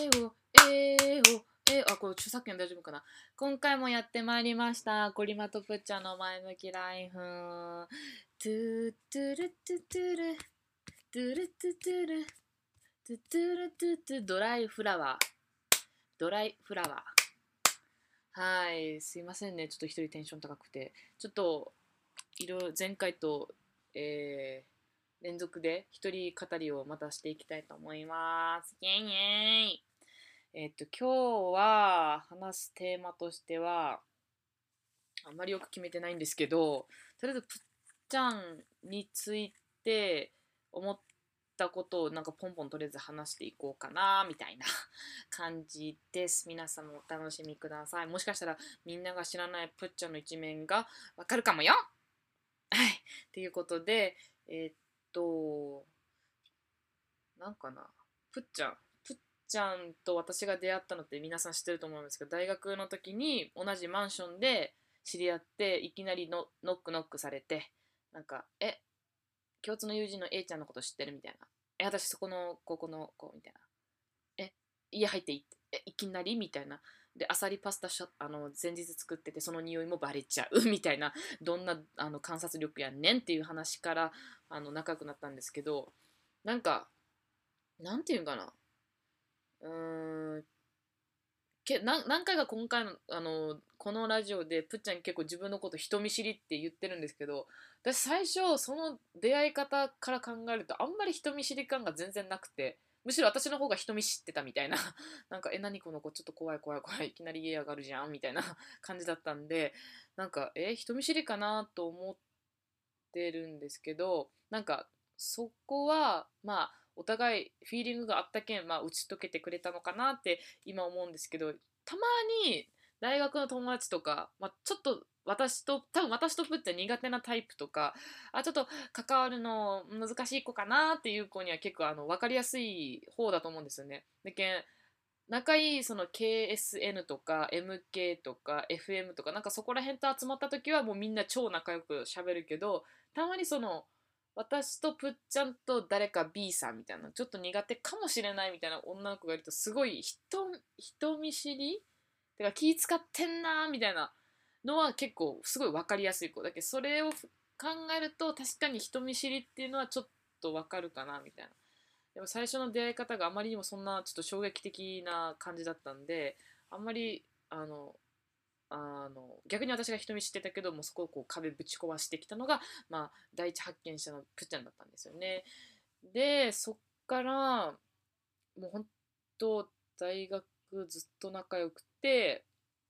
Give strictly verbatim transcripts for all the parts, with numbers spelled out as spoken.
ーお、えーお、えー、あ、これ著作権大丈夫かな。今回もやってまいりました。ゴリマとプッチャの前向きライフ。トゥートゥルトゥトゥル、トゥルトゥトゥル、トゥトゥルトゥトゥ、ドライフラワー。ドライフラワー。はい、すいませんね。ちょっと一人テンション高くて。ちょっと、いろいろ前回と、えー連続で一人語りをまたしていきたいと思います。イェイイェイ。えっと、今日は話すテーマとしては、あんまりよく決めてないんですけど、とりあえずぷっちゃんについて思ったことをなんかポンポンとりあえず話していこうかな、みたいな感じです。皆さんもお楽しみください。もしかしたらみんなが知らないぷっちゃんの一面がわかるかもよ。はい。ということで、えーっと、なんかな、ぷっちゃん。ぷっちゃんと私が出会ったのって皆さん知ってると思うんですけど、大学の時に同じマンションで知り合って、いきなりのノックノックされて、なんか、え、共通の友人の A ちゃんのこと知ってるみたいな。え、私そこの高校の子みたいな。え、家入っていって、え、いきなりみたいな。で、アサリパスタしょあの前日作ってて、その匂いもバレちゃうみたいな、どんなあの観察力やねんっていう話からあの仲良くなったんですけど、なんか、なんていうんかな。うーんけな何回か今回の、あのこのラジオでぷっちゃん結構自分のこと人見知りって言ってるんですけど、私最初その出会い方から考えるとあんまり人見知り感が全然なくて、むしろ私の方が人見知ってたみたいななんかえ何この子ちょっと怖い怖い怖い、いきなり家上がるじゃんみたいな感じだったんで、なんかえ人見知りかなと思ってるんですけど、なんかそこはまあお互いフィーリングがあったけん、まあ、打ち解けてくれたのかなって今思うんですけど、たまに大学の友達とか、まあ、ちょっと私と多分私とプッチャ苦手なタイプとか、あちょっと関わるの難しい子かなっていう子には結構あの分かりやすい方だと思うんですよね。でけん仲いいその ケーエスエヌ とか エムケー とか エフエム とかなんかそこら辺と集まった時はもうみんな超仲良く喋るけど、たまにその私とぷっちゃんと誰か B さんみたいなちょっと苦手かもしれないみたいな女の子がいるとすごい人人見知りてか気使ってんなみたいなのは結構すごい分かりやすい子だけど、それを考えると確かに人見知りっていうのはちょっと分かるかなみたいな。でも最初の出会い方があまりにもそんなちょっと衝撃的な感じだったんで、あんまりあのあの逆に私が人見知ってたけどもそこをこう壁ぶち壊してきたのが、まあ、第一発見者のぷっちゃんだったんですよね。でそっからもう本当大学ずっと仲良くて、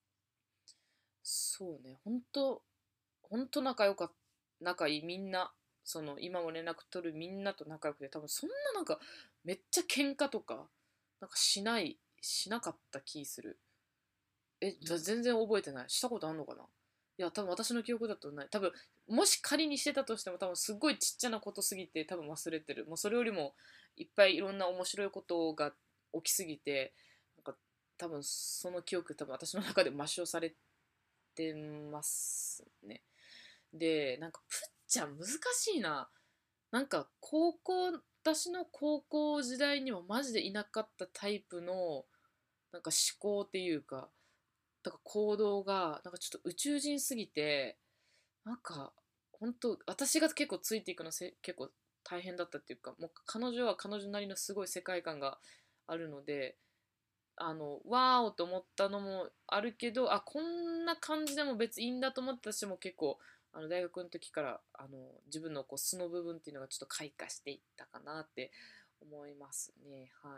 そうね本当本当仲良かった仲いいみんな、その今も連絡取るみんなと仲良くて、多分そんななんかめっちゃ喧嘩とかなんかしないしなかった気する。え全然覚えてない。したことあんのかな。いや多分私の記憶だとない。多分もし仮にしてたとしても多分すっごいちっちゃなことすぎて多分忘れてる。もうそれよりもいっぱいいろんな面白いことが起きすぎて、なんか多分その記憶多分私の中で抹消されてますね。で、なんか、ぷっちゃん難しいな。なんか、高校、私の高校時代にはマジでいなかったタイプの、なんか思考っていうか、だから行動が、なんかちょっと宇宙人すぎて、なんか、本当私が結構ついていくのせ結構大変だったっていうか、もう彼女は彼女なりのすごい世界観があるので、あの、ワーオと思ったのもあるけど、あ、こんな感じでも別にいいんだと思って私も結構、あの大学の時からあの自分のこう素の部分っていうのがちょっと開花していったかなって思いますね。はい。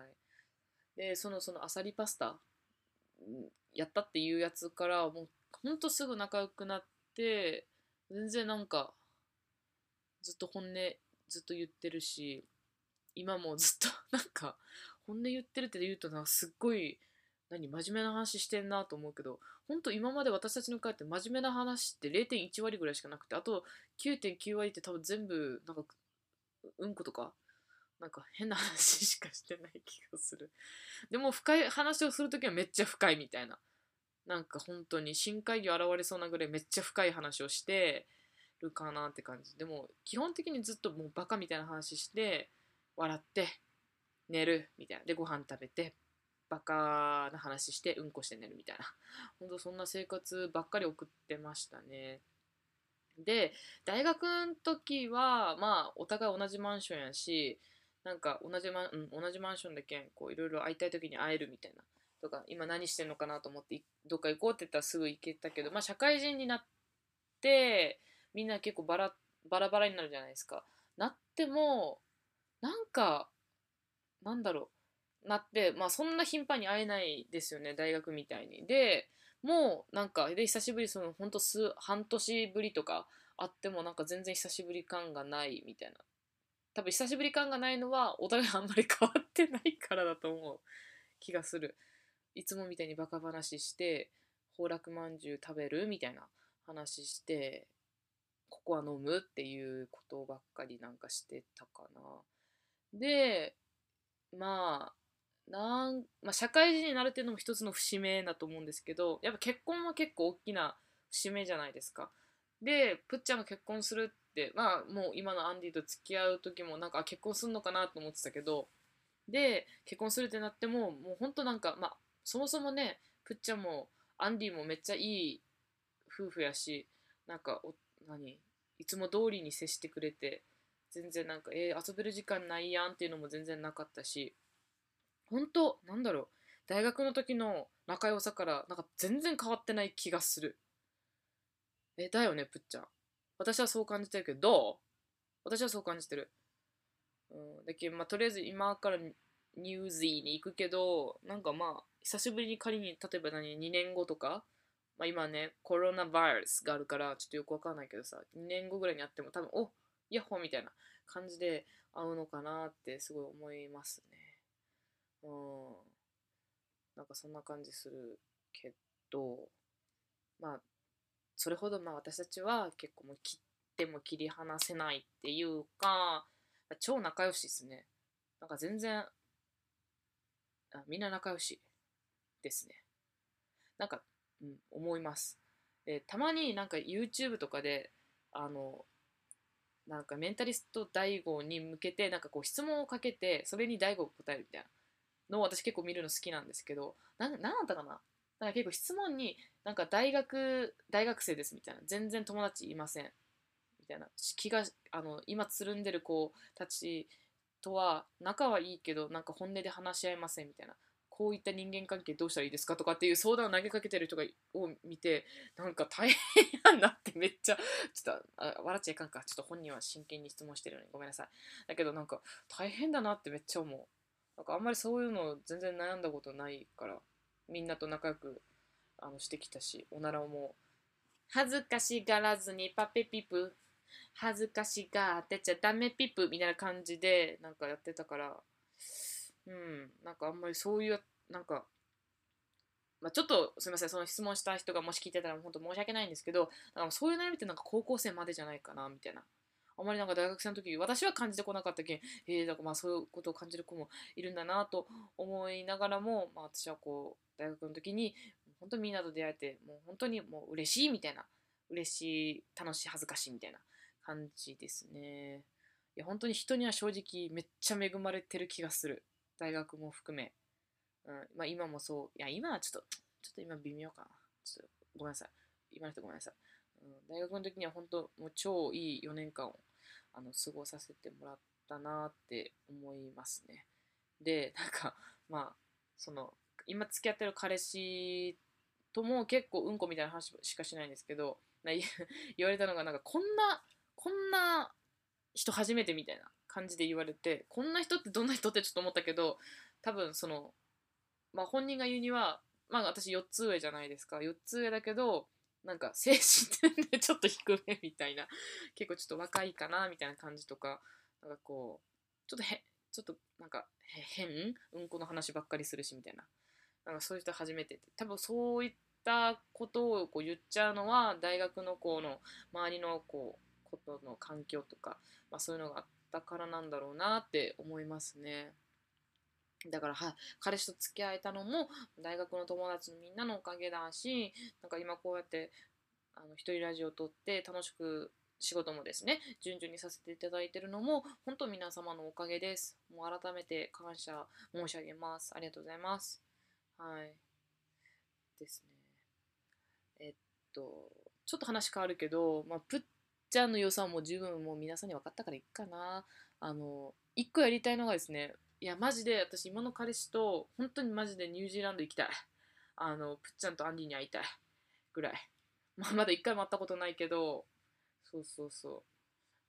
で、そのそのアサリパスタやったっていうやつからもうほんとすぐ仲良くなって、全然なんかずっと本音ずっと言ってるし、今もずっとなんか本音言ってるって言うとなすっごい何真面目な話してんなと思うけど、本当今まで私たちの会って真面目な話ってれいてんいち割ぐらいしかなくて、あときゅうてんきゅう割って多分全部なんかうんことかなんか変な話しかしてない気がする。でも深い話をするときはめっちゃ深いみたいな、なんか本当に深海魚現れそうなぐらいめっちゃ深い話をしてるかなって感じ。でも基本的にずっともうバカみたいな話して笑って寝るみたいなでご飯食べてバカな話してうんこして寝るみたいな、本当そんな生活ばっかり送ってましたね。で、大学の時はまあお互い同じマンションやし、なんか同じマン、うん、同じマンションだけんこういろいろ会いたい時に会えるみたいな、とか今何してんのかなと思ってどっか行こうって言ったらすぐ行けたけど、まあ社会人になってみんな結構バラバラバラになるじゃないですか。なってもなんかなんだろうなって、まあそんな頻繁に会えないですよね、大学みたいに。でもうなんかで久しぶり、そのほんと数半年ぶりとか会ってもなんか全然久しぶり感がないみたいな。多分久しぶり感がないのはお互いあんまり変わってないからだと思う気がする。いつもみたいにバカ話して崩落まんじゅう食べるみたいな話してココア飲むっていうことばっかりなんかしてたかな。でまあなん、まあ、社会人になるっていうのも一つの節目だと思うんですけど、やっぱ結婚は結構大きな節目じゃないですか。でプッチャンが結婚するって、まあもう今のアンディと付き合う時もなんか結婚するのかなと思ってたけど、で結婚するってなってももうほんとなんか、まあそもそもねプッチャンもアンディもめっちゃいい夫婦やし、なんかお何いつも通りに接してくれて、全然なんかえー、遊べる時間ないやんっていうのも全然なかったし、本当なんだろう、大学の時の仲良さからなんか全然変わってない気がする。えだよねぷっちゃん。私はそう感じてるけど、どう？私はそう感じてる。うん、だけどまあとりあえず今からニュージーに行くけど、なんかまあ久しぶりに仮に例えば何にねんごとか、まあ、今ねコロナウイルスがあるからちょっとよくわかんないけどさ、にねんごぐらいに会っても多分おヤッホーみたいな感じで会うのかなってすごい思いますね。うん、なんかそんな感じするけど、まあそれほどまあ私たちは結構もう切っても切り離せないっていうか、超仲良しですね。なんか全然あみんな仲良しですね。なんか、うん、思います。でたまになんか YouTube とかであのなんかメンタリスト ダイゴ に向けてなんかこう質問をかけてそれに ダイゴ が答えるみたいなのを私結構見るの好きなんですけど、ななんだったかな、なんか結構質問になんか大学大学生ですみたいな、全然友達いませんみたいな、気があの今つるんでる子たちとは仲はいいけどなんか本音で話し合いませんみたいな、こういった人間関係どうしたらいいですかとかっていう相談を投げかけてる人がを見て、なんか大変やなってめっちゃちょっとあ笑っちゃいかんか、ちょっと本人は真剣に質問してるのにごめんなさい。だけどなんか大変だなってめっちゃ思う。なんかあんまりそういうの全然悩んだことないから、みんなと仲良くあのしてきたし、おならも恥ずかしがらずにパペピプ、恥ずかしがってちゃダメピプみたいな感じでなんかやってたから、うん、なんかあんまりそういうなんか、まあ、ちょっとすみません、その質問した人がもし聞いてたら本当申し訳ないんですけど、なんかそういう悩みってなんか高校生までじゃないかなみたいな。あまりなんか大学生の時私は感じてこなかったけん、えー、だからまあそういうことを感じる子もいるんだなと思いながらも、まあ、私はこう大学の時に本当にみんなと出会えてもう本当にもう嬉しいみたいな、嬉しい楽しい恥ずかしいみたいな感じですね。いや本当に人には正直めっちゃ恵まれてる気がする、大学も含め。うん、まあ今もそう、いや今はちょっと、ちょっと今微妙かな。ちょっとごめんなさい。今の人ごめんなさい。うん、大学の時には本当もう超いいよねんかんをあの過ごさせてもらったなって思いますね。で、なんかまあ、その、今付き合ってる彼氏とも結構うんこみたいな話しかしないんですけど、言われたのがなんかこんな、こんな人初めてみたいな感じで言われて、こんな人ってどんな人ってちょっと思ったけど、多分そのまあ、本人が言うには、まあ、私よっつ上じゃないですか。よっつ上だけど、なんか精神年齢ちょっと低めみたいな、結構ちょっと若いかなみたいな感じとか、なんかこう、ちょっとへ、ちょっとなんか変うんこの話ばっかりするしみたいな。なんかそういう人初めてて、多分そういったことをこう言っちゃうのは、大学の子の周りのこうことの環境とか、まあ、そういうのがあったからなんだろうなって思いますね。だからは彼氏と付き合えたのも大学の友達のみんなのおかげだし、なんか今こうやってあの一人ラジオを撮って楽しく仕事もですね順々にさせていただいているのも本当皆様のおかげです。もう改めて感謝申し上げます。ありがとうございます。 はいですね。えっとちょっと話変わるけど、まあ、ぷっちゃんの良さも十分もう皆さんに分かったからいっかな。あの一個やりたいのがですね、いやマジで私今の彼氏と本当にマジでニュージーランド行きたい。あのぷっちゃんとアンディに会いたいぐらい。まあ、まだ一回も会ったことないけど、そうそうそう。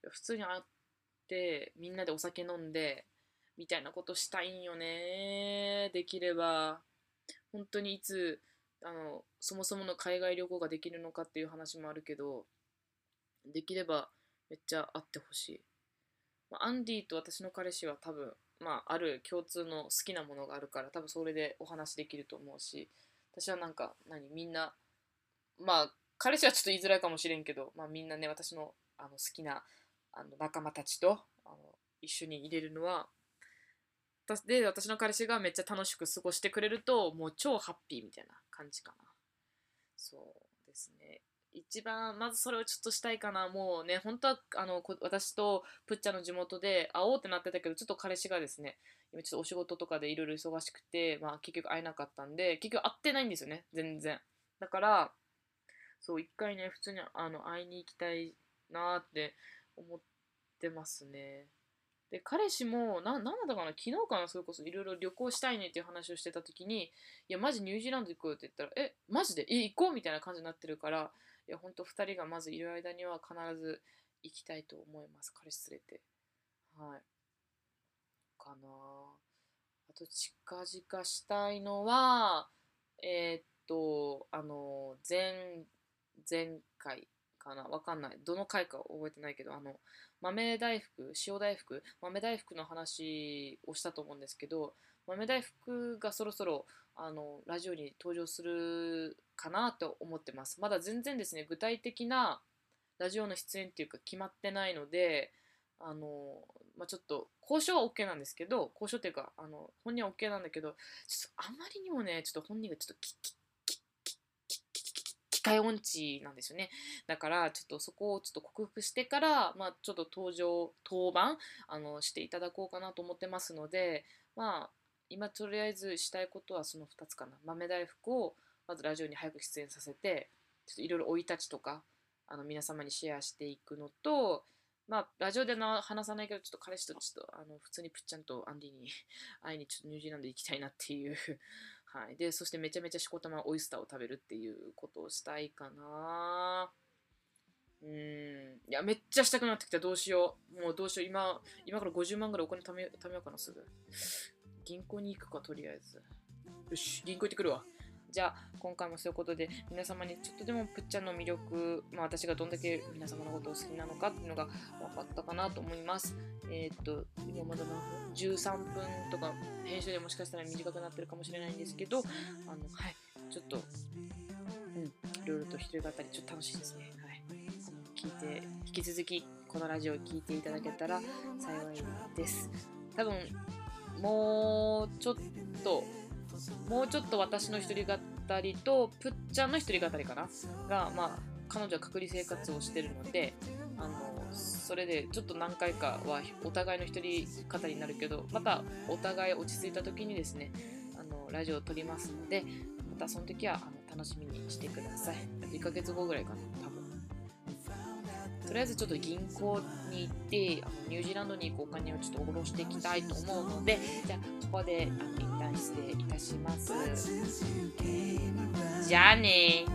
普通に会ってみんなでお酒飲んでみたいなことしたいんよね。できれば本当にいつあのそもそもの海外旅行ができるのかっていう話もあるけど、できればめっちゃ会ってほしい。まあ、アンディと私の彼氏は多分、まあ、ある共通の好きなものがあるから多分それでお話できると思うし、私はなんか何みんな、まあ彼氏はちょっと言いづらいかもしれんけど、まあ、みんなね私のあの好きなあの仲間たちとあの一緒に入れるのは、で私の彼氏がめっちゃ楽しく過ごしてくれるともう超ハッピーみたいな感じかな。そうですね。一番まずそれをちょっとしたいかな。もうね本当はあのこ私とプッチャの地元で会おうってなってたけど、ちょっと彼氏がですね今ちょっとお仕事とかでいろいろ忙しくて、まあ、結局会えなかったんで結局会ってないんですよね全然。だからそう一回ね普通にあの会いに行きたいなって思ってますね。で彼氏もな、なんだったかな、昨日かな、それこそいろいろ旅行したいねっていう話をしてた時に、いやマジニュージーランド行こうよって言ったら、えマジでえ行こうみたいな感じになってるから、いやほんとふたりがまずいる間には必ず行きたいと思います、彼氏連れて。はいかな。あと近々したいのはえーっとあの前前回かな、わかんない、どの回か覚えてないけど、あの豆大福、塩大福、豆大福の話をしたと思うんですけど、豆大福がそろそろあのラジオに登場するかなと思ってます。まだ全然ですね具体的なラジオの出演っていうか決まってないので、あの、まあ、ちょっと交渉は OK なんですけど、交渉っていうかあの本人は OK なんだけど、ちょっとあまりにもねちょっと本人がちょっときききききき機械音痴なんですよね。だからちょっとそこをちょっと克服してから、まあ、ちょっと登場登板あのしていただこうかなと思ってますので、まあ今とりあえずしたいことはそのふたつかな。豆大福をまずラジオに早く出演させて、ちょっといろいろ生い立ちとかあの皆様にシェアしていくのと、まあ、ラジオでな話さないけど、ちょっと彼氏とちょっとあの普通にプッチャンとアンディに会いにちょっとニュージーランド行きたいなっていうはい。で、そしてめちゃめちゃしこたまオイスターを食べるっていうことをしたいかな。うーん。いや、めっちゃしたくなってきた。どうしよう。もうどうしよう。今、今からごじゅうまんぐらいお金貯め貯めようかな、すぐ。銀行に行くか、とりあえず。よし、銀行行ってくるわ。じゃあ今回もそういうことで皆様にちょっとでもぷっちゃんの魅力、まあ、私がどんだけ皆様のことを好きなのかっていうのが分かったかなと思います。えー、っと今まだ何分じゅうさんぷんとか編集でもしかしたら短くなってるかもしれないんですけど、あのはいちょっとうんいろいろと一人語りちょっと楽しいですね。はい、聞いて引き続きこのラジオを聞いていただけたら幸いです。多分もうちょっともうちょっと私の一人語りとぷっちゃんの一人語りかなが、まあ、彼女は隔離生活をしてるので、あのそれでちょっと何回かはお互いの一人語りになるけど、またお互い落ち着いた時にですねあのラジオを撮りますので、またその時はあの楽しみにしてください。あといっかげつごぐらいかな多分。とりあえずちょっと銀行に行ってあのニュージーランドに行くお金をちょっと下ろしていきたいと思うので、じゃあここであの一旦失礼いたします。じゃあねー。